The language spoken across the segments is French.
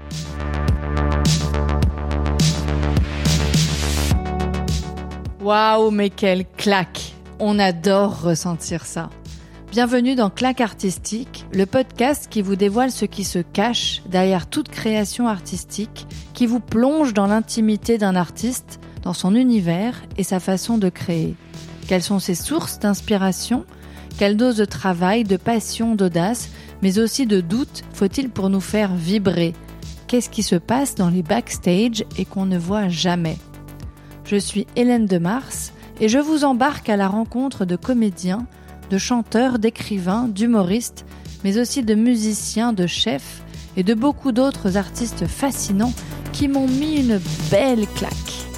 Waouh, mais quelle claque! On adore ressentir ça. Bienvenue dans Claque Artistique, le podcast qui vous dévoile ce qui se cache derrière toute création artistique, qui vous plonge dans l'intimité d'un artiste, dans son univers et sa façon de créer. Quelles sont ses sources d'inspiration? Quelle dose de travail, de passion, d'audace, mais aussi de doute faut-il pour nous faire vibrer? Qu'est-ce qui se passe dans les backstage et qu'on ne voit jamais? Je suis Hélène de Mars et je vous embarque à la rencontre de comédiens, de chanteurs, d'écrivains, d'humoristes, mais aussi de musiciens, de chefs et de beaucoup d'autres artistes fascinants qui m'ont mis une belle claque.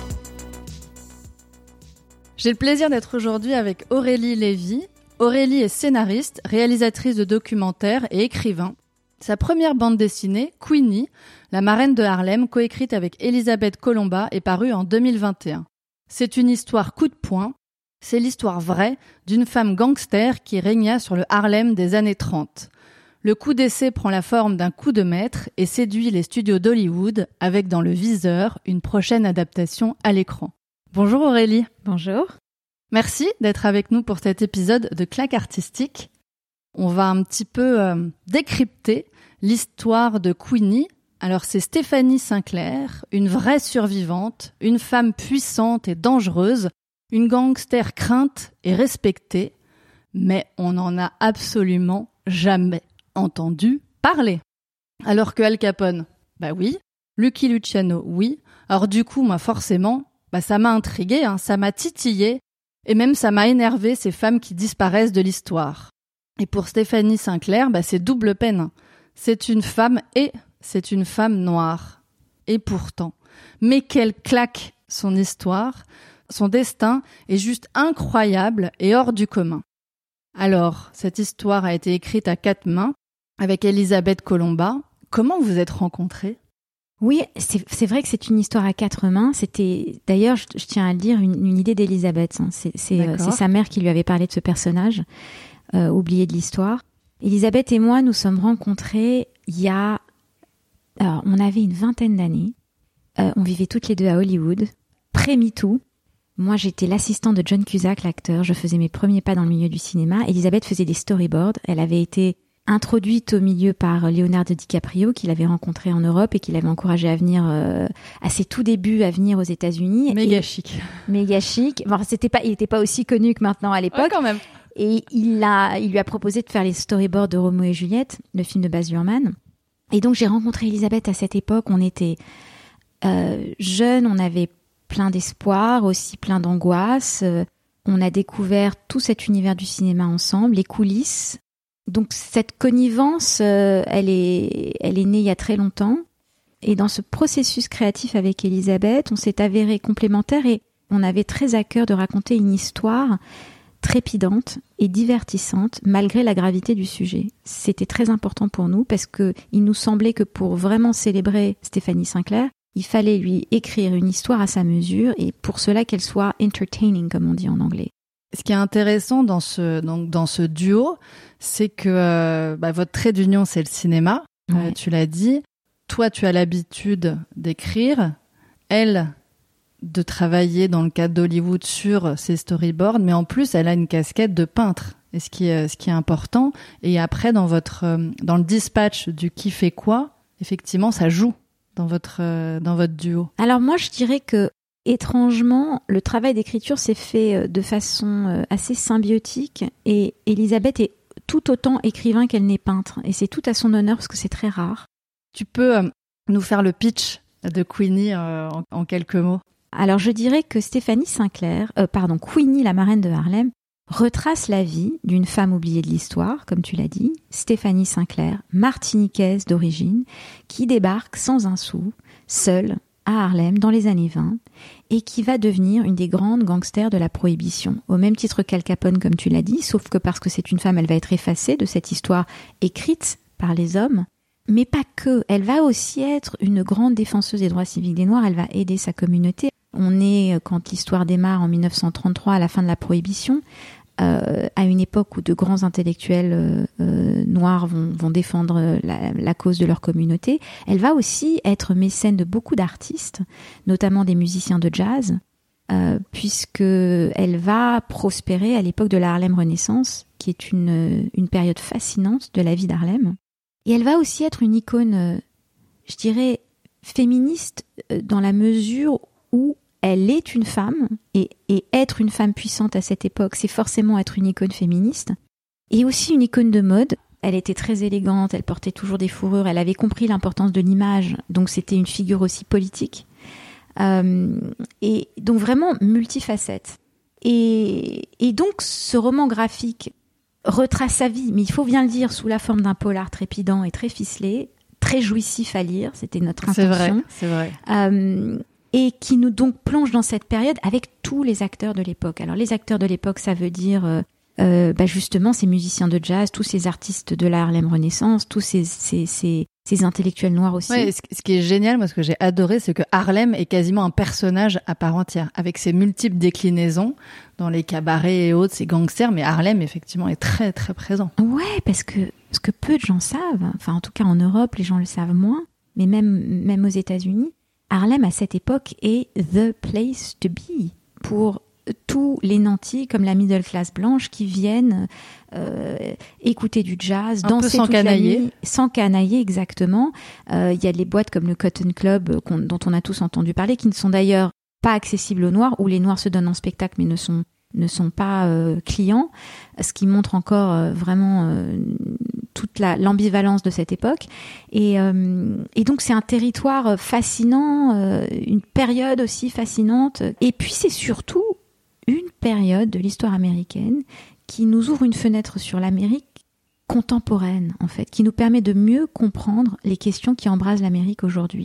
J'ai le plaisir d'être aujourd'hui avec Aurélie Lévy. Aurélie est scénariste, réalisatrice de documentaires et écrivain. Sa première bande dessinée, Queenie, la marraine de Harlem, coécrite avec Elisabeth Colomba, est parue en 2021. C'est une histoire coup de poing. C'est l'histoire vraie d'une femme gangster qui régna sur le Harlem des années 30. Le coup d'essai prend la forme d'un coup de maître et séduit les studios d'Hollywood avec dans le viseur une prochaine adaptation à l'écran. Bonjour Aurélie. Bonjour. Merci d'être avec nous pour cet épisode de Claque Artistique. On va un petit peu décrypter l'histoire de Queenie. Alors c'est Stéphanie Sinclair, une vraie survivante, une femme puissante et dangereuse, une gangster crainte et respectée, mais on n'en a absolument jamais entendu parler. Alors que Al Capone, bah oui, Lucky Luciano, oui. Alors du coup, moi forcément, ça m'a intriguée, ça m'a titillée, et même ça m'a énervé ces femmes qui disparaissent de l'histoire. Et pour Stéphanie Sinclair, c'est double peine. C'est une femme et c'est une femme noire. Et pourtant, mais quelle claque son histoire! Son destin est juste incroyable et hors du commun. Alors, cette histoire a été écrite à 4 mains avec Elisabeth Colomba. Comment vous êtes rencontrés? Oui, c'est vrai que c'est une histoire à 4 mains. C'était, d'ailleurs, je tiens à le dire, une idée d'Elisabeth. C'est sa mère qui lui avait parlé de ce personnage, oublié de l'histoire. Elisabeth et moi, nous sommes rencontrés il y a... Alors, on avait une 20aine d'années. On vivait toutes les deux à Hollywood, pré-MeToo. Moi, j'étais l'assistante de John Cusack, l'acteur. Je faisais mes premiers pas dans le milieu du cinéma. Elisabeth faisait des storyboards. Elle avait été introduite au milieu par Leonardo DiCaprio, qu'il avait rencontré en Europe et qu'il avait encouragé à venir, à ses tout débuts, à venir aux États-Unis. Méga chic. Méga chic. Bon, il était pas aussi connu que maintenant à l'époque. Ouais, quand même. Et il lui a proposé de faire les storyboards de Roméo et Juliette, le film de Baz Luhrmann. Et donc, j'ai rencontré Elisabeth à cette époque. On était jeunes, on avait plein d'espoir, aussi plein d'angoisse. On a découvert tout cet univers du cinéma ensemble, les coulisses. Donc cette connivence, elle est née il y a très longtemps. Et dans ce processus créatif avec Elisabeth, on s'est avérés complémentaires et on avait très à cœur de raconter une histoire trépidante et divertissante malgré la gravité du sujet. C'était très important pour nous parce que il nous semblait que pour vraiment célébrer Stéphanie Sinclair, il fallait lui écrire une histoire à sa mesure et pour cela qu'elle soit entertaining, comme on dit en anglais. Ce qui est intéressant dans ce duo, c'est que votre trait d'union, c'est le cinéma. Ouais. Tu l'as dit. Toi, tu as l'habitude d'écrire. Elle, de travailler dans le cadre d'Hollywood sur ses storyboards. Mais en plus, elle a une casquette de peintre. Et ce qui est important. Et après, dans le dispatch du qui fait quoi, effectivement, ça joue dans votre duo. Alors moi, je dirais que étrangement, le travail d'écriture s'est fait de façon assez symbiotique et Elisabeth est tout autant écrivain qu'elle n'est peintre. Et c'est tout à son honneur parce que c'est très rare. Tu peux nous faire le pitch de Queenie en quelques mots? Alors je dirais que Queenie, la marraine de Harlem, retrace la vie d'une femme oubliée de l'histoire, comme tu l'as dit, Stéphanie Sinclair, martiniquaise d'origine, qui débarque sans un sou, seule, à Harlem dans les années 20 et qui va devenir une des grandes gangsters de la prohibition, au même titre qu'Al Capone comme tu l'as dit, sauf que parce que c'est une femme, elle va être effacée de cette histoire écrite par les hommes, mais pas que, elle va aussi être une grande défenseuse des droits civiques des Noirs, elle va aider sa communauté. On est, quand l'histoire démarre en 1933, à la fin de la prohibition, à une époque où de grands intellectuels noirs vont défendre la cause de leur communauté. Elle va aussi être mécène de beaucoup d'artistes, notamment des musiciens de jazz, puisqu'elle va prospérer à l'époque de la Harlem Renaissance, qui est une période fascinante de la vie d'Harlem. Et elle va aussi être une icône, je dirais, féministe, dans la mesure où elle est une femme, et être une femme puissante à cette époque, c'est forcément être une icône féministe, et aussi une icône de mode. Elle était très élégante, elle portait toujours des fourrures, elle avait compris l'importance de l'image, donc c'était une figure aussi politique, et donc vraiment multifacette. Et donc ce roman graphique retrace sa vie, mais il faut bien le dire, sous la forme d'un polar trépidant et très ficelé, très jouissif à lire, c'était notre intention. C'est vrai. Et qui nous donc plonge dans cette période avec tous les acteurs de l'époque. Alors les acteurs de l'époque, ça veut dire justement ces musiciens de jazz, tous ces artistes de la Harlem Renaissance, tous ces intellectuels noirs aussi. Ouais, ce qui est génial, moi ce que j'ai adoré, c'est que Harlem est quasiment un personnage à part entière, avec ses multiples déclinaisons dans les cabarets et autres, ses gangsters, mais Harlem effectivement est très très présent. Ouais, parce que ce que peu de gens savent, enfin en tout cas en Europe, les gens le savent moins, mais même aux États-Unis, Harlem, à cette époque, est the place to be pour tous les nantis, comme la middle class blanche, qui viennent écouter du jazz, danser toute la nuit, sans canailler, exactement. Il y a les boîtes comme le Cotton Club, dont on a tous entendu parler, qui ne sont d'ailleurs pas accessibles aux Noirs, où les Noirs se donnent en spectacle, mais ne sont pas clients, ce qui montre encore vraiment toute l'ambivalence de cette époque. Et donc c'est un territoire fascinant, une période aussi fascinante. Et puis c'est surtout une période de l'histoire américaine qui nous ouvre une fenêtre sur l'Amérique contemporaine, en fait, qui nous permet de mieux comprendre les questions qui embrasent l'Amérique aujourd'hui.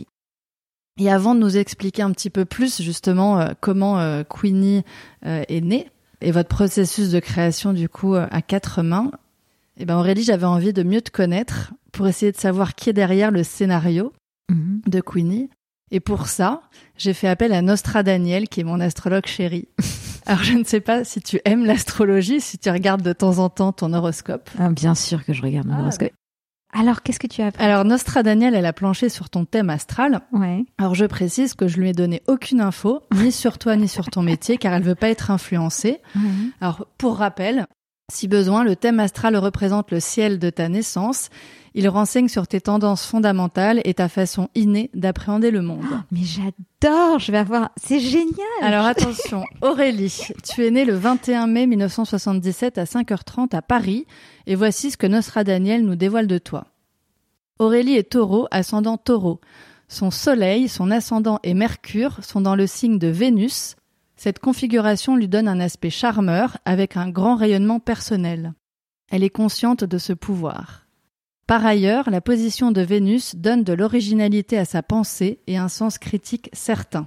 Et avant de nous expliquer un petit peu plus justement comment Queenie est née, et votre processus de création du coup à quatre mains, eh ben Aurélie, j'avais envie de mieux te connaître pour essayer de savoir qui est derrière le scénario de Queenie. Et pour ça, j'ai fait appel à Nostra Daniel, qui est mon astrologue chéri. Alors je ne sais pas si tu aimes l'astrologie, si tu regardes de temps en temps ton horoscope. Ah, bien sûr que je regarde mon horoscope. Alors, qu'est-ce que tu as appris ? Alors, Nostra Daniel, elle a planché sur ton thème astral. Ouais. Alors, je précise que je lui ai donné aucune info, ni sur toi, ni sur ton métier, car elle veut pas être influencée. Alors, pour rappel, si besoin, le thème astral représente le ciel de ta naissance. Il renseigne sur tes tendances fondamentales et ta façon innée d'appréhender le monde. Oh, mais j'adore, je vais avoir... C'est génial. Alors, attention, Aurélie, tu es née le 21 mai 1977 à 5h30 à Paris. Et voici ce que Nostra Daniel nous dévoile de toi. Aurélie est taureau, ascendant taureau. Son soleil, son ascendant et Mercure sont dans le signe de Vénus. Cette configuration lui donne un aspect charmeur avec un grand rayonnement personnel. Elle est consciente de ce pouvoir. Par ailleurs, la position de Vénus donne de l'originalité à sa pensée et un sens critique certain.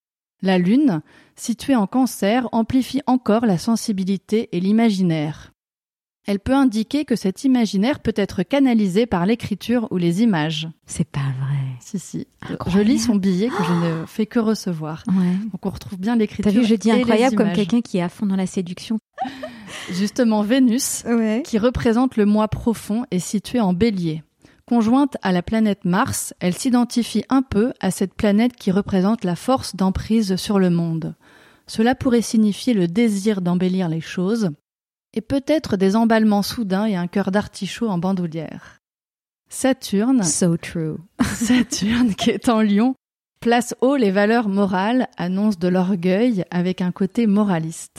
La Lune, située en Cancer, amplifie encore la sensibilité et l'imaginaire. Elle peut indiquer que cet imaginaire peut être canalisé par l'écriture ou les images. C'est pas vrai. Si. Je lis son billet que je ne fais que recevoir. Ouais. Donc on retrouve bien l'écriture. T'as vu, je dis incroyable comme images. quelqu'un qui est à fond dans la séduction. Justement, Vénus, qui représente le moi profond, est située en Bélier. Conjointe à la planète Mars, elle s'identifie un peu à cette planète qui représente la force d'emprise sur le monde. Cela pourrait signifier le désir d'embellir les choses, et peut-être des emballements soudains et un cœur d'artichaut en bandoulière. Saturne, So true. Saturne qui est en Lion, place haut les valeurs morales, annonce de l'orgueil avec un côté moraliste.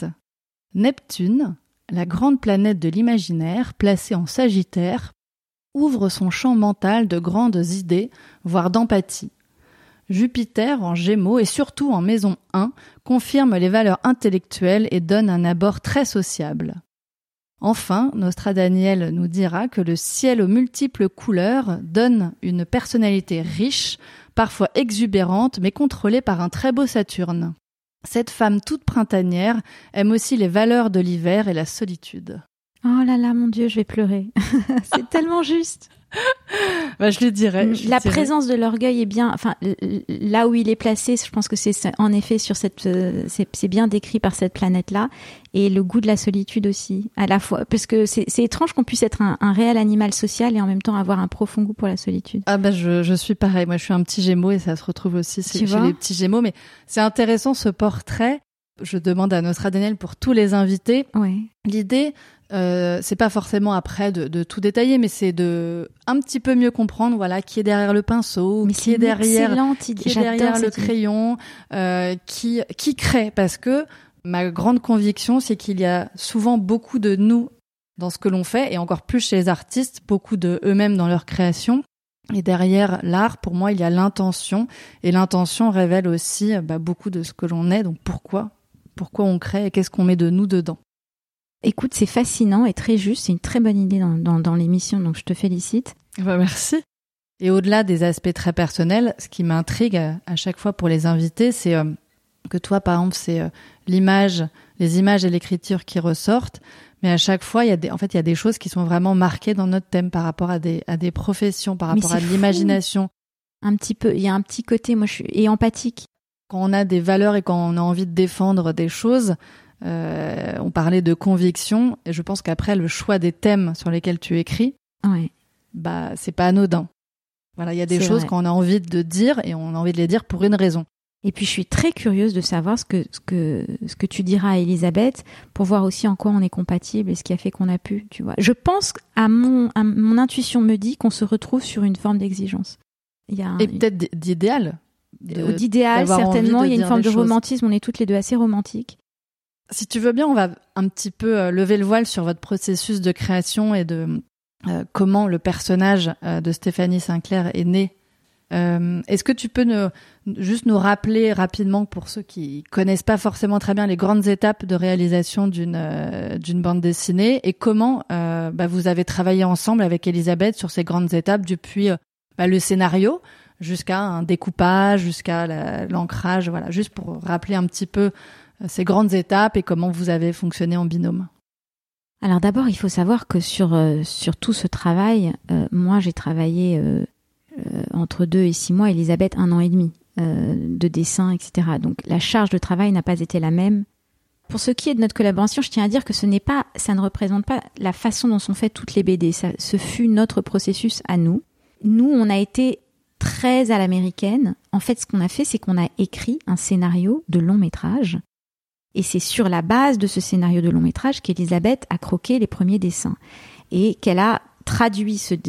Neptune, la grande planète de l'imaginaire, placée en Sagittaire, ouvre son champ mental de grandes idées, voire d'empathie. Jupiter, en Gémeaux et surtout en maison 1, confirme les valeurs intellectuelles et donne un abord très sociable. Enfin, Nostra Daniel nous dira que le ciel aux multiples couleurs donne une personnalité riche, parfois exubérante, mais contrôlée par un très beau Saturne. Cette femme toute printanière aime aussi les valeurs de l'hiver et la solitude. Oh là là, mon Dieu, je vais pleurer. C'est tellement juste. Bah, je lui dirais. La présence de l'orgueil est bien, enfin, là où il est placé, je pense que c'est en effet sur cette, c'est bien décrit par cette planète-là, et le goût de la solitude aussi, à la fois, parce que c'est étrange qu'on puisse être un réel animal social et en même temps avoir un profond goût pour la solitude. Ah bah je suis pareil, moi je suis un petit Gémeaux et ça se retrouve aussi chez les petits Gémeaux, mais c'est intéressant ce portrait. Je demande à notre Adèle pour tous les invités. Ouais. L'idée, c'est pas forcément après de tout détailler, mais c'est de un petit peu mieux comprendre, voilà, qui est derrière le pinceau, qui est derrière le crayon, qui crée, parce que ma grande conviction, c'est qu'il y a souvent beaucoup de nous dans ce que l'on fait, et encore plus chez les artistes, beaucoup de eux-mêmes dans leur création. Et derrière l'art, pour moi, il y a l'intention, et l'intention révèle aussi beaucoup de ce que l'on est. Donc pourquoi on crée et qu'est-ce qu'on met de nous dedans. Écoute, c'est fascinant et très juste. C'est une très bonne idée dans l'émission, donc je te félicite. Merci. Et au-delà des aspects très personnels, ce qui m'intrigue à chaque fois pour les invités, c'est que toi, par exemple, c'est les images et l'écriture qui ressortent. Mais à chaque fois, il y a des choses qui sont vraiment marquées dans notre thème par rapport à des professions, par rapport à de l'imagination. Un petit peu, il y a un petit côté, moi, je suis empathique. Quand on a des valeurs et quand on a envie de défendre des choses, on parlait de conviction, et je pense qu'après, le choix des thèmes sur lesquels tu écris, c'est pas anodin. Voilà, il y a des choses qu'on a envie de dire et on a envie de les dire pour une raison. Et puis je suis très curieuse de savoir ce que tu diras à Elisabeth pour voir aussi en quoi on est compatible et ce qui a fait qu'on a pu, tu vois. Je pense mon intuition me dit qu'on se retrouve sur une forme d'exigence. Et peut-être d'idéal. D'idéal, certainement. Il y a une forme de romantisme. On est toutes les deux assez romantiques. Si tu veux bien, on va un petit peu lever le voile sur votre processus de création et de comment le personnage de Stéphanie Sinclair est né. Est-ce que tu peux juste nous rappeler rapidement, pour ceux qui connaissent pas forcément très bien, les grandes étapes de réalisation d'une bande dessinée et comment vous avez travaillé ensemble avec Elisabeth sur ces grandes étapes depuis le scénario jusqu'à un découpage, jusqu'à l'ancrage, voilà, juste pour rappeler un petit peu ces grandes étapes et comment vous avez fonctionné en binôme. Alors d'abord, il faut savoir que sur tout ce travail, moi j'ai travaillé entre 2 et 6 mois, Elisabeth 1 an et demi de dessin, etc. Donc la charge de travail n'a pas été la même. Pour ce qui est de notre collaboration, je tiens à dire que ça ne représente pas la façon dont sont faites toutes les BD. Ce fut notre processus à nous. Nous, on a été très à l'américaine. En fait, ce qu'on a fait, c'est qu'on a écrit un scénario de long métrage. Et c'est sur la base de ce scénario de long métrage qu'Elisabeth a croqué les premiers dessins. Et qu'elle a traduit ce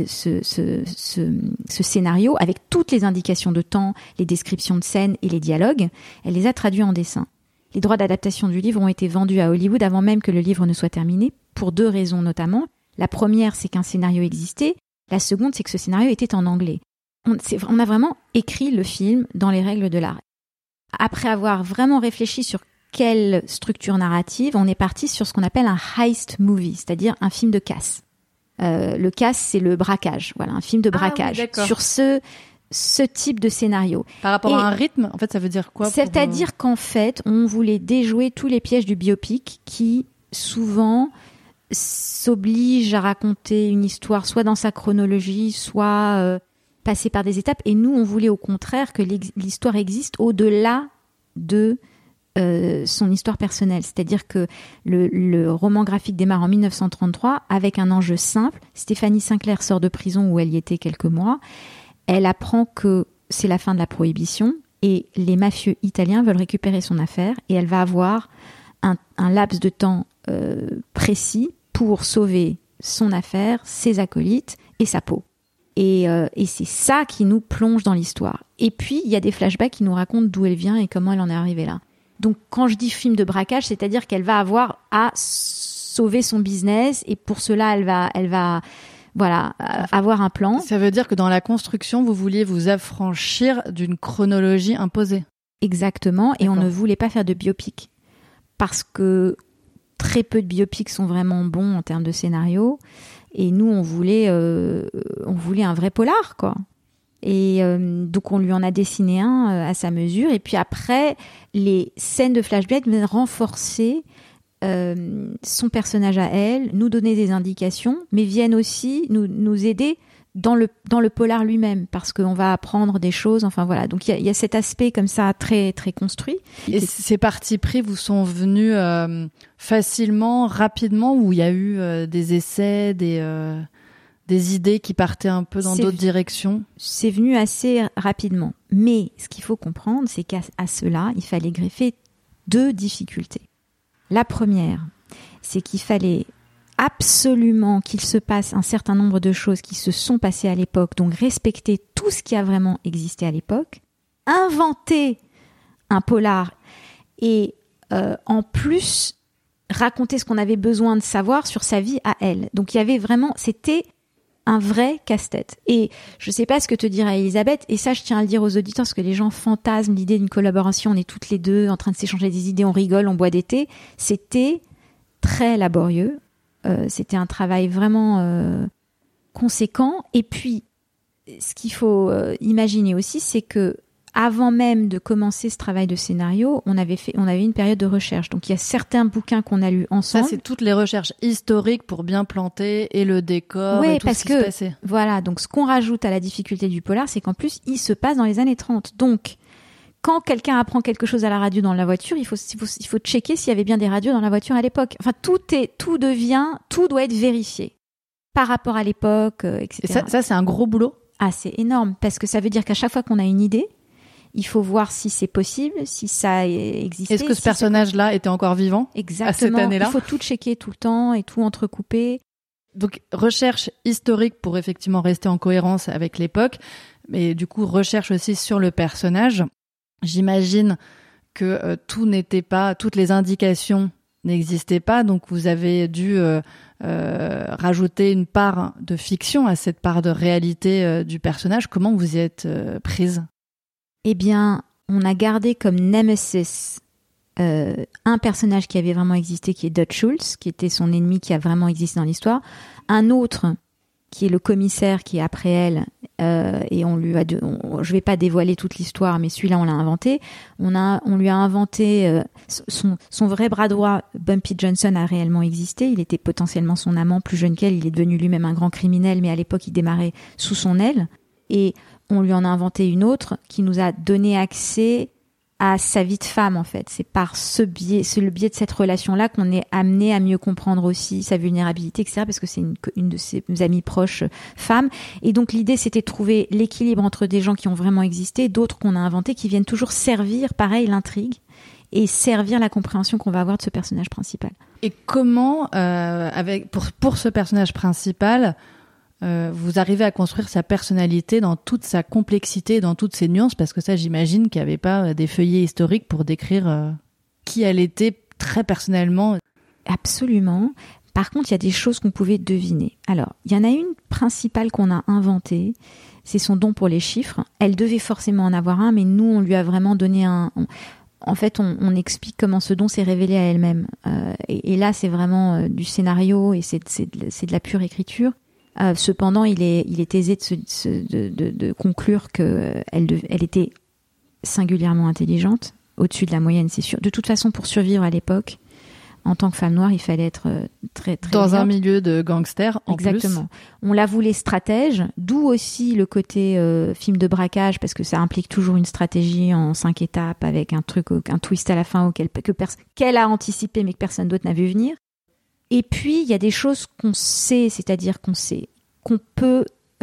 scénario avec toutes les indications de temps, les descriptions de scènes et les dialogues. Elle les a traduits en dessin. Les droits d'adaptation du livre ont été vendus à Hollywood avant même que le livre ne soit terminé, pour 2 raisons notamment. La première, c'est qu'un scénario existait. La seconde, c'est que ce scénario était en anglais. On a vraiment écrit le film dans les règles de l'art. Après avoir vraiment réfléchi sur quelle structure narrative, on est parti sur ce qu'on appelle un heist movie, c'est-à-dire un film de casse. Le casse, c'est le braquage. Voilà, un film de braquage. Oui, sur ce type de scénario. Par rapport à un rythme, en fait, ça veut dire quoi? C'est-à-dire qu'en fait, on voulait déjouer tous les pièges du biopic qui, souvent, s'obligent à raconter une histoire soit dans sa chronologie, soit passer par des étapes. Et nous, on voulait au contraire que l'histoire existe au-delà de son histoire personnelle. C'est-à-dire que le roman graphique démarre en 1933 avec un enjeu simple. Stéphanie Sinclair sort de prison où elle y était quelques mois. Elle apprend que c'est la fin de la prohibition et les mafieux italiens veulent récupérer son affaire et elle va avoir un laps de temps précis pour sauver son affaire, ses acolytes et sa peau. Et c'est ça qui nous plonge dans l'histoire. Et puis, il y a des flashbacks qui nous racontent d'où elle vient et comment elle en est arrivée là. Donc, quand je dis film de braquage, c'est-à-dire qu'elle va avoir à sauver son business et pour cela, elle va avoir un plan. Ça veut dire que dans la construction, vous vouliez vous affranchir d'une chronologie imposée. Exactement. Et on ne voulait pas faire de biopic. Parce que très peu de biopics sont vraiment bons en termes de scénario. Et nous, on voulait un vrai polar, quoi. Et donc, on lui en a dessiné un à sa mesure. Et puis après, les scènes de flashback viennent renforcer son personnage à elle, nous donner des indications, mais viennent aussi nous aider dans le polar lui-même, parce qu'on va apprendre des choses. Enfin voilà, donc il y a cet aspect comme ça très très construit. Et ces partis pris vous sont venus facilement, rapidement, ou il y a eu des essais, des idées qui partaient un peu dans d'autres directions? C'est venu assez rapidement. Mais ce qu'il faut comprendre, c'est qu'à cela, il fallait greffer 2 difficultés. La première, c'est qu'il fallait absolument qu'il se passe un certain nombre de choses qui se sont passées à l'époque, donc respecter tout ce qui a vraiment existé à l'époque, inventer un polar et en plus raconter ce qu'on avait besoin de savoir sur sa vie à elle. Donc il y avait vraiment, c'était un vrai casse-tête. Et je sais pas ce que te dirait Elisabeth, et ça je tiens à le dire aux auditeurs, parce que les gens fantasment l'idée d'une collaboration, on est toutes les deux en train de s'échanger des idées, on rigole, on boit des thés. C'était très laborieux, c'était un travail vraiment conséquent. Et puis, ce qu'il faut imaginer aussi, c'est que avant même de commencer ce travail de scénario, on avait une période de recherche. Donc il y a certains bouquins qu'on a lus ensemble. Ça, c'est toutes les recherches historiques pour bien planter et le décor et tout ce qui se passait. Voilà, donc ce qu'on rajoute à la difficulté du polar, c'est qu'en plus, il se passe dans les années 30. Donc, quand quelqu'un apprend quelque chose à la radio dans la voiture, il faut checker s'il y avait bien des radios dans la voiture à l'époque. Enfin, tout doit être vérifié par rapport à l'époque, etc. Et ça, c'est un gros boulot? Ah, c'est énorme, parce que ça veut dire qu'à chaque fois qu'on a une idée, il faut voir si c'est possible, si ça existait. Est-ce que ce personnage-là était encore vivant? Exactement. À cette année-là? Il faut tout checker tout le temps et tout entrecouper. Donc, recherche historique pour effectivement rester en cohérence avec l'époque, mais du coup, recherche aussi sur le personnage. J'imagine que toutes les indications n'existaient pas, donc vous avez dû rajouter une part de fiction à cette part de réalité du personnage. Comment vous y êtes prise? Eh bien, on a gardé comme Nemesis un personnage qui avait vraiment existé, qui est Dutch Schultz, qui était son ennemi, qui a vraiment existé dans l'histoire. Un autre, qui est le commissaire, qui est après elle, et je vais pas dévoiler toute l'histoire, mais celui-là, on l'a inventé. On lui a inventé son vrai bras droit. Bumpy Johnson a réellement existé. Il était potentiellement son amant, plus jeune qu'elle. Il est devenu lui-même un grand criminel, mais à l'époque, il démarrait sous son aile. Et on lui en a inventé une autre qui nous a donné accès à sa vie de femme, en fait. C'est par c'est le biais de cette relation-là qu'on est amené à mieux comprendre aussi sa vulnérabilité, etc., parce que c'est une de ses amies proches femmes. Et donc, l'idée, c'était de trouver l'équilibre entre des gens qui ont vraiment existé, d'autres qu'on a inventés, qui viennent toujours servir, pareil, l'intrigue, et servir la compréhension qu'on va avoir de ce personnage principal. Et comment, pour ce personnage principal, vous arrivez à construire sa personnalité dans toute sa complexité, dans toutes ses nuances, parce que ça, j'imagine qu'il n'y avait pas des feuillets historiques pour décrire qui elle était très personnellement. Absolument. Par contre, il y a des choses qu'on pouvait deviner. Alors, il y en a une principale qu'on a inventée, c'est son don pour les chiffres. Elle devait forcément en avoir un, mais nous, on lui a vraiment donné en fait, on explique comment ce don s'est révélé à elle-même. Et là, c'est vraiment du scénario et c'est de la pure écriture. Cependant, il est aisé de conclure qu'elle était singulièrement intelligente, au-dessus de la moyenne, c'est sûr. De toute façon, pour survivre à l'époque, en tant que femme noire, il fallait être très très dans un milieu de gangsters. Exactement. On la voulait stratège, d'où aussi le côté film de braquage, parce que ça implique toujours une stratégie en 5 étapes avec un twist à la fin qu'elle a anticipé mais que personne d'autre n'a vu venir. Et puis, il y a des choses qu'on sait, c'est-à-dire qu'on peut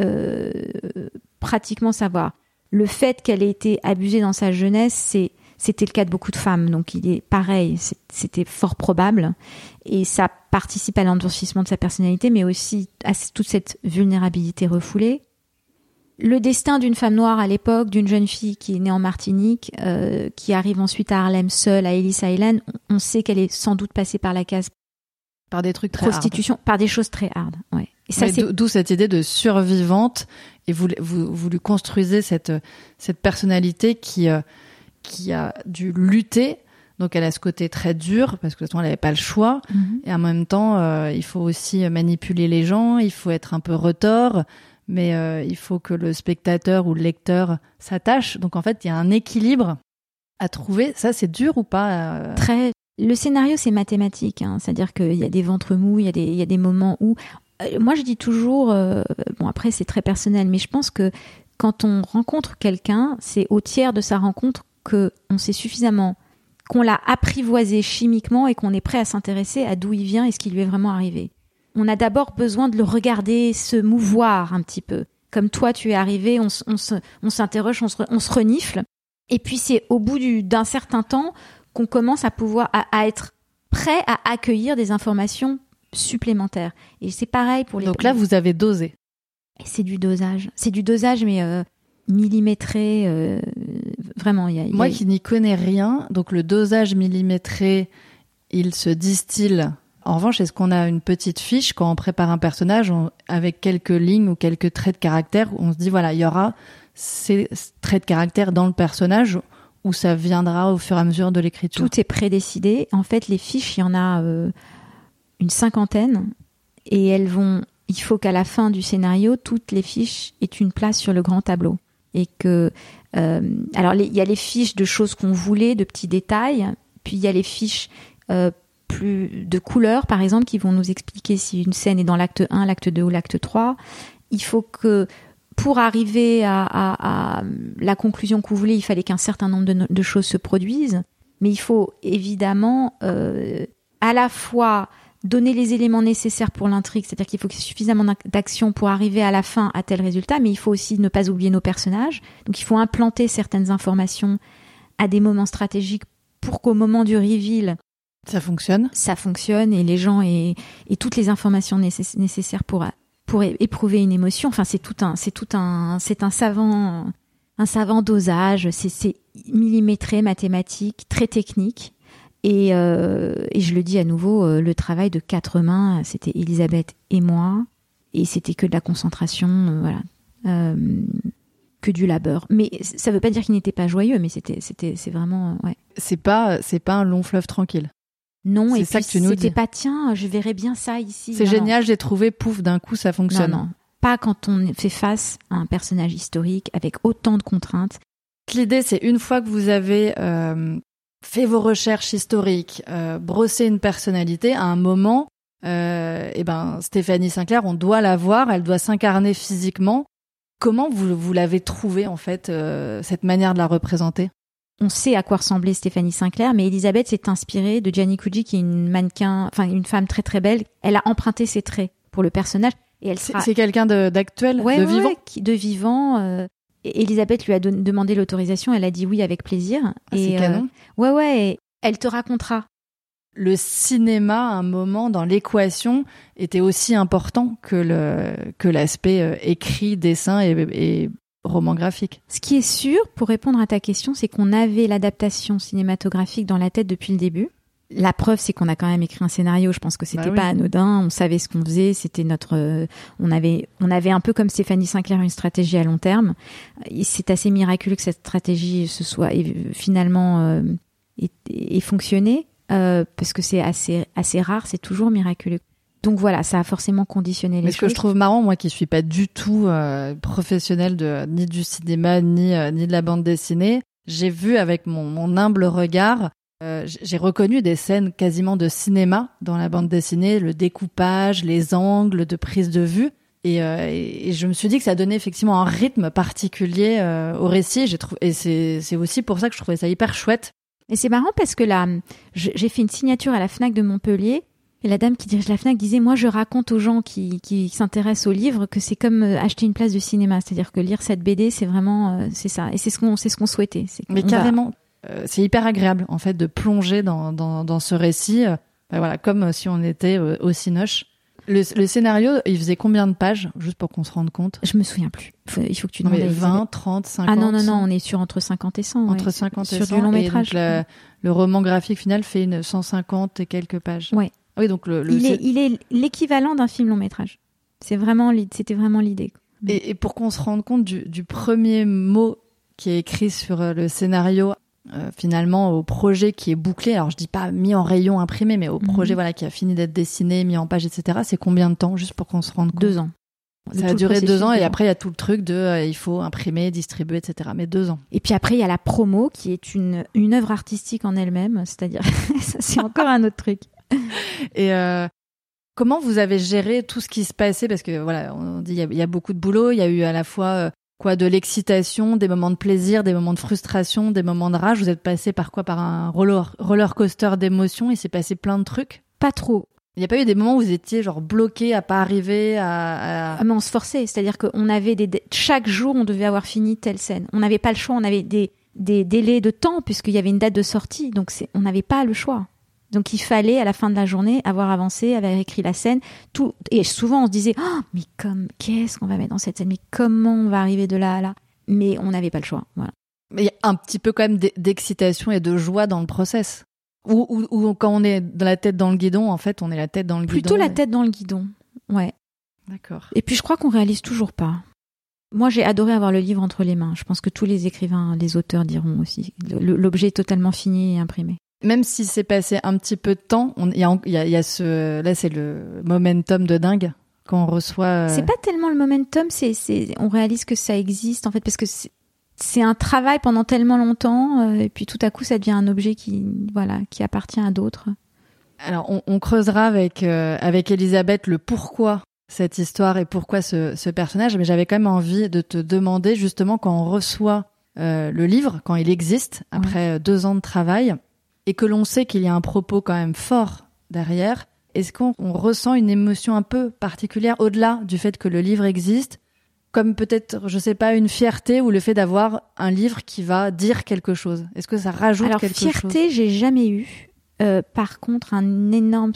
pratiquement savoir. Le fait qu'elle ait été abusée dans sa jeunesse, c'était le cas de beaucoup de femmes. Donc, il est pareil, c'était fort probable. Et ça participe à l'endurcissement de sa personnalité, mais aussi à toute cette vulnérabilité refoulée. Le destin d'une femme noire à l'époque, d'une jeune fille qui est née en Martinique, qui arrive ensuite à Harlem seule, à Ellis Island, on sait qu'elle est sans doute passée par la case par des trucs très prostitution, par des choses très hard, ouais. Et ça, d'où cette idée de survivante, et vous lui construisez cette personnalité qui a dû lutter. Donc elle a ce côté très dur parce que de toute façon elle n'avait pas le choix. Et en même temps, il faut aussi manipuler les gens, il faut être un peu retors, mais il faut que le spectateur ou le lecteur s'attache. Donc en fait, il y a un équilibre à trouver. Ça, c'est dur ou pas Très. Le scénario, c'est mathématique, hein. C'est-à-dire qu'il y a des ventres mous, il y a des moments où Moi, je dis toujours, bon après c'est très personnel, mais je pense que quand on rencontre quelqu'un, c'est au tiers de sa rencontre qu'on sait suffisamment, qu'on l'a apprivoisé chimiquement et qu'on est prêt à s'intéresser à d'où il vient et ce qui lui est vraiment arrivé. On a d'abord besoin de le regarder se mouvoir un petit peu. Comme toi, tu es arrivé, on s'interroge, on se renifle. Et puis c'est au bout d'un certain temps qu'on commence à pouvoir à être prêt à accueillir des informations supplémentaires. Et c'est pareil pour les... Donc là, vous avez dosé. C'est du dosage. C'est du dosage, mais millimétré. Vraiment, Moi qui n'y connais rien, donc le dosage millimétré, il se distille. En revanche, est-ce qu'on a une petite fiche quand on prépare un personnage avec quelques lignes ou quelques traits de caractère où on se dit, voilà, il y aura ces traits de caractère dans le personnage ou ça viendra au fur et à mesure de l'écriture? Tout est prédécidé. En fait, les fiches, il y en a une 50aine et il faut qu'à la fin du scénario, toutes les fiches aient une place sur le grand tableau. Et que, alors, il y a les fiches de choses qu'on voulait, de petits détails, puis il y a les fiches plus de couleurs, par exemple, qui vont nous expliquer si une scène est dans l'acte 1, l'acte 2 ou l'acte 3. Il faut que, pour arriver à la conclusion que vous voulez, il fallait qu'un certain nombre de choses se produisent. Mais il faut évidemment à la fois donner les éléments nécessaires pour l'intrigue, c'est-à-dire qu'il faut qu'il y ait suffisamment d'action pour arriver à la fin à tel résultat, mais il faut aussi ne pas oublier nos personnages. Donc il faut implanter certaines informations à des moments stratégiques pour qu'au moment du reveal, ça fonctionne et les gens aient toutes les informations nécessaires pour éprouver une émotion. Enfin, c'est un savant dosage, c'est millimétré, mathématique, très technique. Et je le dis à nouveau, le travail de 4 mains, c'était Elisabeth et moi, et c'était que de la concentration, voilà, que du labeur. Mais ça veut pas dire qu'il n'était pas joyeux, mais c'est vraiment, ouais. C'est pas un long fleuve tranquille. Non, c'est et ça puis que tu nous c'était dis. pas, tiens, je verrais bien ça ici. C'est génial, j'ai trouvé, pouf, d'un coup ça fonctionne. Non, pas quand on fait face à un personnage historique avec autant de contraintes. L'idée, c'est une fois que vous avez fait vos recherches historiques, brossé une personnalité, à un moment, Stéphanie Sinclair, on doit la voir, elle doit s'incarner physiquement. Comment vous l'avez trouvée, en fait, cette manière de la représenter? On sait à quoi ressemblait Stéphanie Sinclair, mais Elisabeth s'est inspirée de Gianni Cucci, qui est une femme très très belle. Elle a emprunté ses traits pour le personnage. Et elle sera... C'est quelqu'un d'actuel, de vivant? De vivant. Elisabeth lui a demandé l'autorisation, elle a dit oui avec plaisir. C'est canon. Et elle te racontera. Le cinéma, à un moment, dans l'équation, était aussi important que l'aspect écrit, dessin et roman graphique. Ce qui est sûr, pour répondre à ta question, c'est qu'on avait l'adaptation cinématographique dans la tête depuis le début. La preuve, c'est qu'on a quand même écrit un scénario. Je pense que c'était pas anodin. On savait ce qu'on faisait. C'était on avait un peu comme Stéphanie Sinclair une stratégie à long terme. Et c'est assez miraculeux que cette stratégie finalement ait fonctionné parce que c'est assez rare. C'est toujours miraculeux. Donc voilà, ça a forcément conditionné les choses. Mais ce que je trouve marrant, moi qui suis pas du tout professionnelle ni du cinéma ni de la bande dessinée, j'ai vu avec mon humble regard, j'ai reconnu des scènes quasiment de cinéma dans la bande dessinée, le découpage, les angles de prise de vue. Et je me suis dit que ça donnait effectivement un rythme particulier au récit. Et c'est aussi pour ça que je trouvais ça hyper chouette. Et c'est marrant parce que là, j'ai fait une signature à la Fnac de Montpellier. Et la dame qui dirige la Fnac disait, moi je raconte aux gens qui s'intéressent au livre que c'est comme acheter une place de cinéma. C'est-à-dire que lire cette BD, c'est vraiment, c'est ça. Et c'est ce qu'on souhaitait. Mais carrément, c'est hyper agréable en fait de plonger dans ce récit. Voilà, comme si on était au Cinoche. Le scénario, il faisait combien de pages, juste pour qu'on se rende compte? Je me souviens plus. Il faut que tu demandes à 20, 30, 50? Ah non, on est sur entre 50 et 100. Entre 50 et 100. Sur du long métrage. Et donc, le roman graphique final fait 150 et quelques pages. Ouais. Oui, donc il est l'équivalent d'un film long métrage. C'était vraiment l'idée. Et pour qu'on se rende compte du premier mot qui est écrit sur le scénario, finalement au projet qui est bouclé, alors je dis pas mis en rayon imprimé, mais au projet voilà qui a fini d'être dessiné, mis en page, etc. C'est combien de temps, juste pour qu'on se rende compte? 2 ans. Ça a duré 2 ans et après il y a tout le truc de il faut imprimer, distribuer, etc. Mais 2 ans. Et puis après il y a la promo qui est une œuvre artistique en elle-même, c'est-à-dire ça c'est encore un autre truc. Et Comment vous avez géré tout ce qui se passait? Parce que voilà, on dit il y a beaucoup de boulot. Il y a eu à la fois de l'excitation, des moments de plaisir, des moments de frustration, des moments de rage. Vous êtes passé par quoi? Par un roller coaster d'émotions. Il s'est passé plein de trucs. Pas trop. Il n'y a pas eu des moments où vous étiez genre bloqué à pas arriver à... Ah, mais on se forçait, c'est-à-dire qu'on avait chaque jour on devait avoir fini telle scène. On n'avait pas le choix, on avait des délais de temps puisqu'il y avait une date de sortie, donc on n'avait pas le choix. Donc il fallait à la fin de la journée avoir avancé, avoir écrit la scène, tout. Et souvent on se disait mais qu'est-ce qu'on va mettre dans cette scène, mais comment on va arriver de là à là. Mais on n'avait pas le choix. Voilà. Mais il y a un petit peu quand même d'excitation et de joie dans le process. Ou quand on est dans la tête dans le guidon, en fait, on est la tête dans le guidon. Plutôt la tête dans le guidon. Ouais. D'accord. Et puis je crois qu'on réalise toujours pas. Moi, j'ai adoré avoir le livre entre les mains. Je pense que tous les écrivains, les auteurs diront aussi. L'objet est totalement fini et imprimé. Même si c'est passé un petit peu de temps, il y a ce, là c'est le momentum de dingue quand on reçoit. C'est pas tellement le momentum, on réalise que ça existe en fait parce que c'est un travail pendant tellement longtemps et puis tout à coup ça devient un objet qui appartient à d'autres. Alors on creusera avec Elisabeth le pourquoi cette histoire et pourquoi ce personnage, mais j'avais quand même envie de te demander justement quand on reçoit le livre, quand il existe après 2 ans de travail. Et que l'on sait qu'il y a un propos quand même fort derrière, est-ce qu'on ressent une émotion un peu particulière au-delà du fait que le livre existe, comme peut-être, je sais pas, une fierté ou le fait d'avoir un livre qui va dire quelque chose? Est-ce que ça rajoute quelque chose? Alors, fierté, j'ai jamais eu. Par contre, une énorme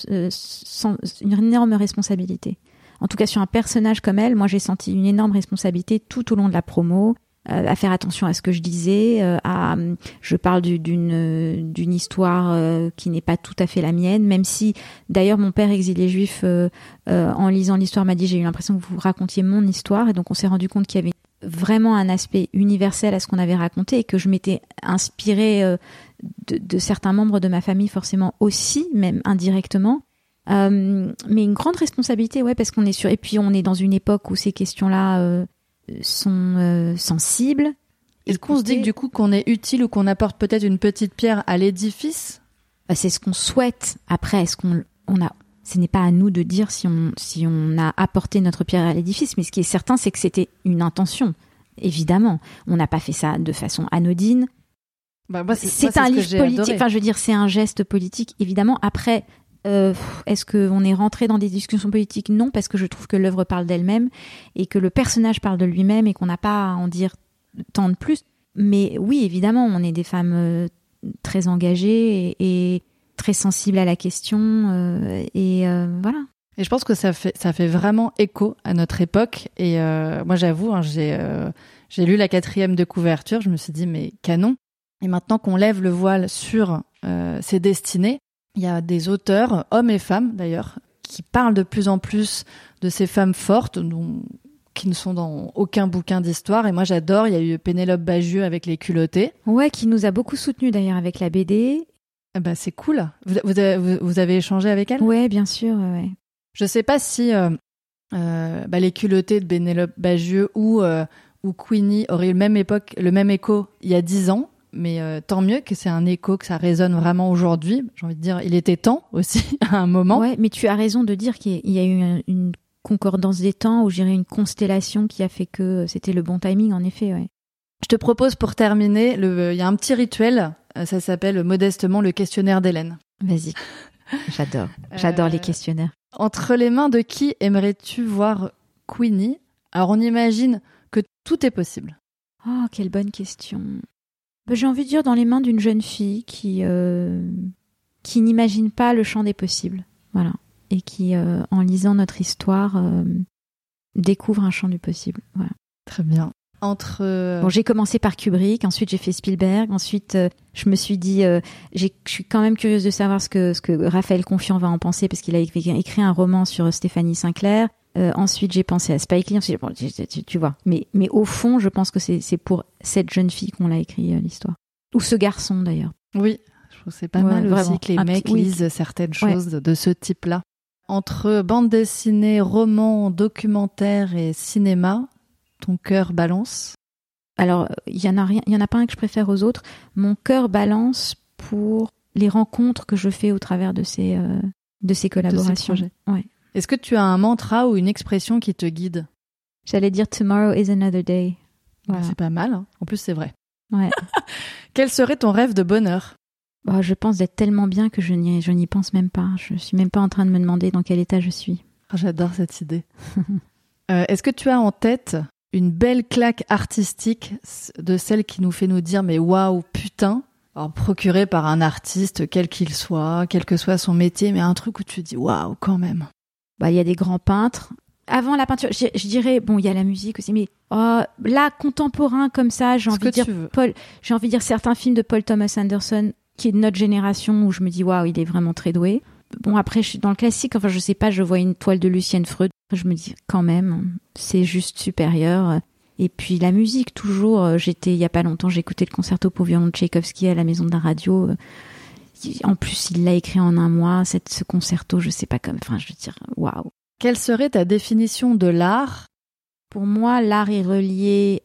responsabilité. En tout cas, sur un personnage comme elle, moi, j'ai senti une énorme responsabilité tout au long de la promo. À faire attention à ce que je disais, je parle d'une histoire qui n'est pas tout à fait la mienne, même si d'ailleurs mon père exilé juif en lisant l'histoire m'a dit j'ai eu l'impression que vous racontiez mon histoire, et donc on s'est rendu compte qu'il y avait vraiment un aspect universel à ce qu'on avait raconté et que je m'étais inspirée de certains membres de ma famille forcément aussi, même indirectement. Mais une grande responsabilité, parce qu'on est sûr, et puis on est dans une époque où ces questions-là sont sensibles. Est-ce qu'on se dit que du coup qu'on est utile ou qu'on apporte peut-être une petite pierre à l'édifice? C'est ce qu'on souhaite. Après, ce n'est pas à nous de dire si on a apporté notre pierre à l'édifice, mais ce qui est certain, c'est que c'était une intention. Évidemment, on n'a pas fait ça de façon anodine. C'est un livre politique. Enfin, je veux dire, c'est un geste politique, évidemment. Après, est-ce qu'on est rentré dans des discussions politiques? Non, parce que je trouve que l'œuvre parle d'elle-même et que le personnage parle de lui-même et qu'on n'a pas à en dire tant de plus. Mais oui, évidemment, on est des femmes très engagées et très sensibles à la question. Voilà. Et je pense que ça fait vraiment écho à notre époque. Et moi, j'avoue, j'ai lu la 4e de couverture. Je me suis dit, mais canon. Et maintenant qu'on lève le voile sur ces destinées, il y a des auteurs, hommes et femmes d'ailleurs, qui parlent de plus en plus de ces femmes fortes, qui ne sont dans aucun bouquin d'histoire. Et moi, j'adore. Il y a eu Pénélope Bagieux avec Les Culottés. Ouais, qui nous a beaucoup soutenus d'ailleurs avec la BD. C'est cool. Vous avez échangé avec elle? Ouais, bien sûr. Ouais. Je sais pas si Les Culottés de Pénélope Bagieux ou Queenie auraient eu le même écho il y a 10 ans. Mais tant mieux que c'est un écho, que ça résonne vraiment aujourd'hui. J'ai envie de dire, il était temps aussi à un moment. Ouais, mais tu as raison de dire qu'il y a eu une concordance des temps, ou je dirais une constellation qui a fait que c'était le bon timing, en effet. Ouais. Je te propose pour terminer, il y a un petit rituel, ça s'appelle modestement le questionnaire d'Hélène. Vas-y, j'adore les questionnaires. Entre les mains de qui aimerais-tu voir Queenie? Alors on imagine que tout est possible. Oh, quelle bonne question. J'ai envie de dire dans les mains d'une jeune fille qui n'imagine pas le champ des possibles, voilà, et qui, en lisant notre histoire, découvre un champ du possible. Voilà. Très bien. J'ai commencé par Kubrick, ensuite j'ai fait Spielberg, ensuite je me suis dit, je suis quand même curieuse de savoir ce que Raphaël Confiant va en penser, parce qu'il a écrit un roman sur Stéphanie Sinclair. Ensuite, j'ai pensé à Spike Lee. Ensuite, tu vois. Mais au fond, je pense que c'est pour cette jeune fille qu'on l'a écrit l'histoire. Ou ce garçon, d'ailleurs. Oui, je trouve que c'est pas mal vraiment, aussi que les mecs lisent certaines choses de ce type-là. Entre bande dessinée, roman, documentaire et cinéma, ton cœur balance? Alors, il y en a pas un que je préfère aux autres. Mon cœur balance pour les rencontres que je fais au travers de ces collaborations. De ces projets. Ouais. Est-ce que tu as un mantra ou une expression qui te guide? J'allais dire tomorrow is another day. Voilà. C'est pas mal, hein. En plus c'est vrai. Ouais. Quel serait ton rêve de bonheur? Je pense d'être tellement bien que je n'y pense même pas. Je suis même pas en train de me demander dans quel état je suis. J'adore cette idée. Est-ce que tu as en tête une belle claque artistique de celle qui nous fait nous dire mais waouh, putain, alors, procurée par un artiste quel qu'il soit, quel que soit son métier, mais un truc où tu dis waouh quand même. Il y a des grands peintres. Avant la peinture, je dirais il y a la musique aussi, mais là contemporain comme ça, j'ai envie de dire certains films de Paul Thomas Anderson qui est de notre génération où je me dis waouh, il est vraiment très doué. Bon, après je suis dans le classique, enfin je sais pas, je vois une toile de Lucienne Freud, je me dis quand même c'est juste supérieur. Et puis la musique toujours, il y a pas longtemps, j'ai écouté le concerto pour violon de Tchaïkovski à la Maison de la Radio. En plus, il l'a écrit en un mois, ce concerto, je sais pas je veux dire waouh. Quelle serait ta définition de l'art? Pour moi, l'art est relié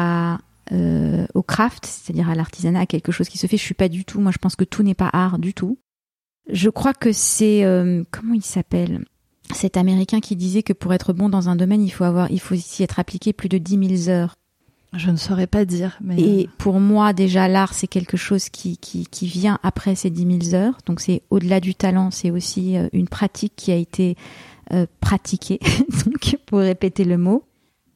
au craft, c'est-à-dire à l'artisanat, à quelque chose qui se fait. Je pense que tout n'est pas art du tout. Je crois que c'est, comment il s'appelle? Cet Américain qui disait que pour être bon dans un domaine, il faut s'y être appliqué plus de 10 000 heures. Je ne saurais pas dire. Mais... Et pour moi, déjà, l'art, c'est quelque chose qui vient après ces 10 000 heures. Donc c'est au-delà du talent, c'est aussi une pratique qui a été pratiquée, donc pour répéter le mot.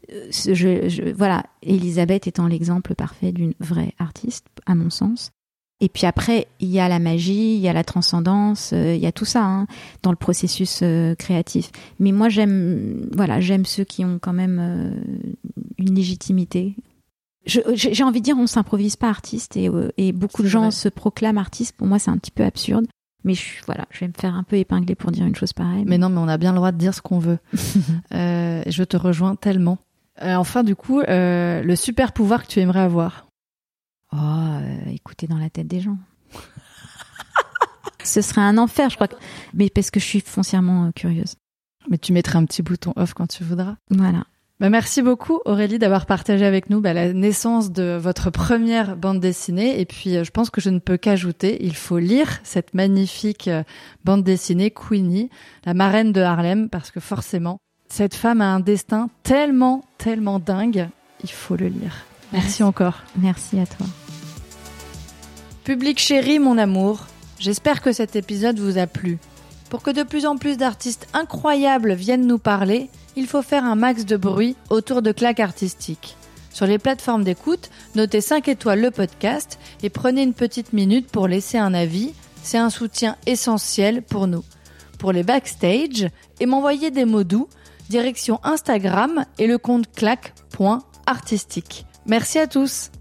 Voilà, Elisabeth étant l'exemple parfait d'une vraie artiste, à mon sens. Et puis après, il y a la magie, il y a la transcendance, il y a tout ça dans le processus créatif. Mais moi, j'aime ceux qui ont quand même une légitimité. J'ai envie de dire, on s'improvise pas artiste et beaucoup de gens se proclament artistes. Pour moi, c'est un petit peu absurde. Mais je vais me faire un peu épingler pour dire une chose pareille. Mais non, mais on a bien le droit de dire ce qu'on veut. Je te rejoins tellement. Enfin, du coup, le super pouvoir que tu aimerais avoir? Écouter dans la tête des gens. Ce serait un enfer, je crois. Mais parce que je suis foncièrement curieuse. Mais tu mettrais un petit bouton off quand tu voudras. Voilà. Merci beaucoup Aurélie d'avoir partagé avec nous la naissance de votre première bande dessinée. Et puis je pense que je ne peux qu'ajouter, il faut lire cette magnifique bande dessinée Queenie, la marraine de Harlem, parce que forcément, cette femme a un destin tellement, tellement dingue, il faut le lire. Merci encore. Merci à toi. Public chéri, mon amour, j'espère que cet épisode vous a plu. Pour que de plus en plus d'artistes incroyables viennent nous parler, il faut faire un max de bruit autour de Claque Artistique. Sur les plateformes d'écoute, notez 5 étoiles le podcast et prenez une petite minute pour laisser un avis. C'est un soutien essentiel pour nous. Pour les backstage et m'envoyer des mots doux, direction Instagram et le compte claque.artistique. Merci à tous.